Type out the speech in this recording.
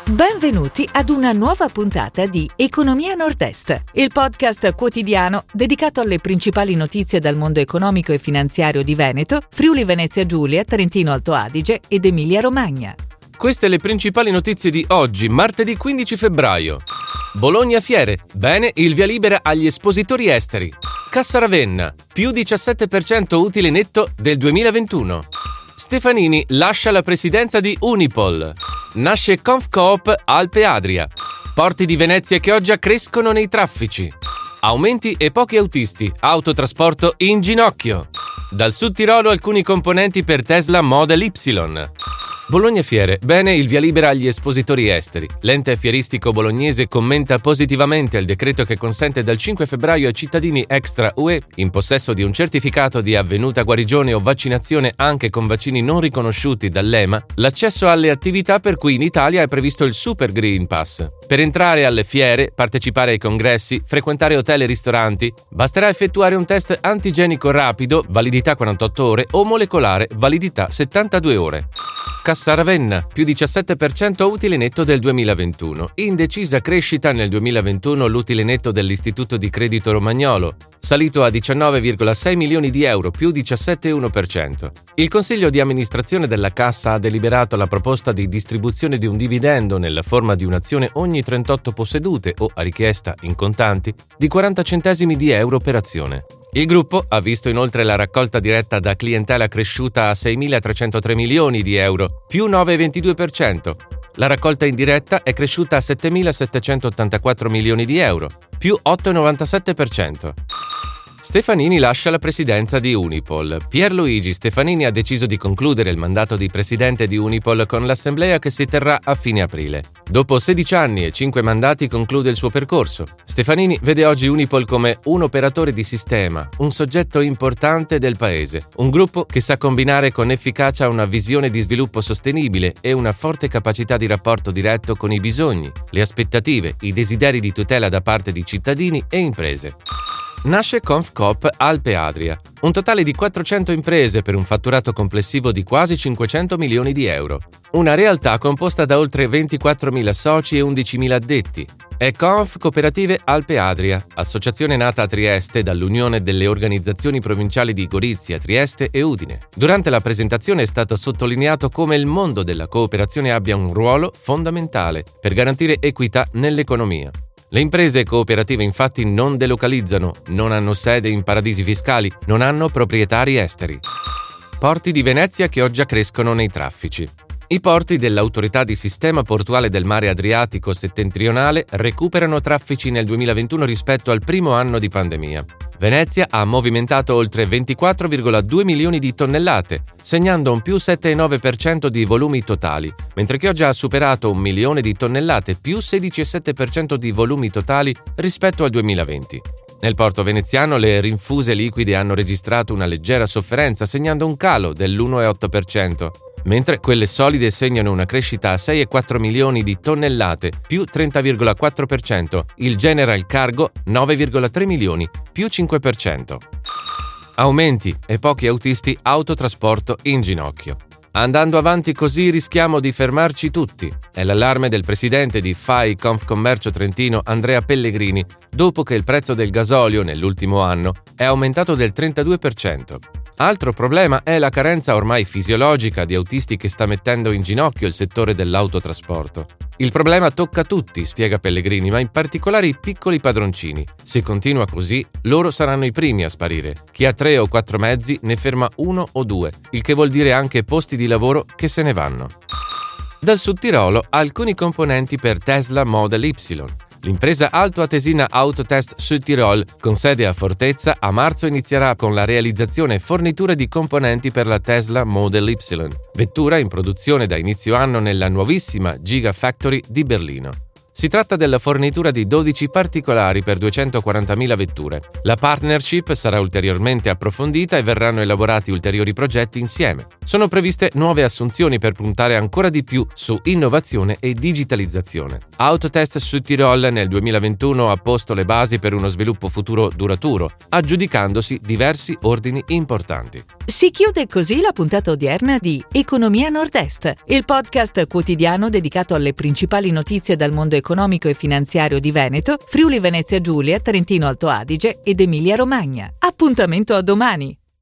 Benvenuti ad una nuova puntata di Economia Nord-Est, il podcast quotidiano dedicato alle principali notizie dal mondo economico e finanziario di Veneto, Friuli Venezia Giulia, Trentino Alto Adige ed Emilia Romagna. Queste le principali notizie di oggi, martedì 15 febbraio. Bologna Fiere, bene il via libera agli espositori esteri. Cassa Ravenna, più 17% utile netto del 2021. Stefanini lascia la presidenza di Unipol. Nasce Confcoop Alpe Adria. Porti di Venezia e Chioggia crescono nei traffici. Aumenti e pochi autisti, autotrasporto in ginocchio. Dal Sud Tirolo alcuni componenti per Tesla Model Y. Bologna Fiere, bene il via libera agli espositori esteri. L'ente fieristico bolognese commenta positivamente il decreto che consente dal 5 febbraio ai cittadini extra UE in possesso di un certificato di avvenuta guarigione o vaccinazione anche con vaccini non riconosciuti dall'EMA l'accesso alle attività per cui in Italia è previsto il Super Green Pass. Per entrare alle fiere, partecipare ai congressi, frequentare hotel e ristoranti, basterà effettuare un test antigenico rapido, validità 48 ore o molecolare, validità 72 ore. Cassa Ravenna, più 17% utile netto del 2021. In decisa crescita nel 2021 l'utile netto dell'Istituto di Credito Romagnolo, salito a 19,6 milioni di euro, più 17,1%. Il Consiglio di amministrazione della Cassa ha deliberato la proposta di distribuzione di un dividendo nella forma di un'azione ogni 38 possedute o a richiesta in contanti di 40 centesimi di euro per azione. Il gruppo ha visto inoltre la raccolta diretta da clientela cresciuta a 6.303 milioni di euro, più 9,22%. La raccolta indiretta è cresciuta a 7.784 milioni di euro, più 8,97%. Stefanini lascia la presidenza di Unipol. Pierluigi Stefanini ha deciso di concludere il mandato di presidente di Unipol con l'assemblea che si terrà a fine aprile. Dopo 16 anni e 5 mandati conclude il suo percorso. Stefanini vede oggi Unipol come un operatore di sistema, un soggetto importante del paese, un gruppo che sa combinare con efficacia una visione di sviluppo sostenibile e una forte capacità di rapporto diretto con i bisogni, le aspettative, i desideri di tutela da parte di cittadini e imprese. Nasce Confcoop Alpe Adria, un totale di 400 imprese per un fatturato complessivo di quasi 500 milioni di euro. Una realtà composta da oltre 24.000 soci e 11.000 addetti. È Conf Cooperative Alpe Adria, associazione nata a Trieste dall'Unione delle Organizzazioni Provinciali di Gorizia, Trieste e Udine. Durante la presentazione è stato sottolineato come il mondo della cooperazione abbia un ruolo fondamentale per garantire equità nell'economia. Le imprese cooperative infatti non delocalizzano, non hanno sede in paradisi fiscali, non hanno proprietari esteri. Porti di Venezia e Chioggia crescono nei traffici. I porti dell'Autorità di Sistema Portuale del Mare Adriatico Settentrionale recuperano traffici nel 2021 rispetto al primo anno di pandemia. Venezia ha movimentato oltre 24,2 milioni di tonnellate, segnando un più 7,9% di volumi totali, mentre Chioggia ha superato 1 milione di tonnellate, più 16,7% di volumi totali rispetto al 2020. Nel porto veneziano le rinfuse liquide hanno registrato una leggera sofferenza, segnando un calo dell'1,8%, mentre quelle solide segnano una crescita a 6,4 milioni di tonnellate, più 30,4%, il General Cargo 9,3 milioni, più 5%. Aumenti e pochi autisti, autotrasporto in ginocchio. Andando avanti così rischiamo di fermarci tutti, è l'allarme del presidente di FAI Confcommercio Trentino Andrea Pellegrini, dopo che il prezzo del gasolio nell'ultimo anno è aumentato del 32%. Altro problema è la carenza ormai fisiologica di autisti che sta mettendo in ginocchio il settore dell'autotrasporto. Il problema tocca tutti, spiega Pellegrini, ma in particolare i piccoli padroncini. Se continua così, loro saranno i primi a sparire. Chi ha 3 o 4 mezzi ne ferma 1 o 2, il che vuol dire anche posti di lavoro che se ne vanno. Dal Sud Tirolo alcuni componenti per Tesla Model Y. L'impresa altoatesina Autotest Sud Tirol, con sede a Fortezza, a marzo inizierà con la realizzazione e fornitura di componenti per la Tesla Model Y, vettura in produzione da inizio anno nella nuovissima Gigafactory di Berlino. Si tratta della fornitura di 12 particolari per 240.000 vetture. La partnership sarà ulteriormente approfondita e verranno elaborati ulteriori progetti insieme. Sono previste nuove assunzioni per puntare ancora di più su innovazione e digitalizzazione. Autotest Südtirol nel 2021 ha posto le basi per uno sviluppo futuro duraturo, aggiudicandosi diversi ordini importanti. Si chiude così la puntata odierna di Economia Nord-Est, il podcast quotidiano dedicato alle principali notizie dal mondo economico e finanziario di Veneto, Friuli Venezia Giulia, Trentino Alto Adige ed Emilia Romagna. Appuntamento a domani!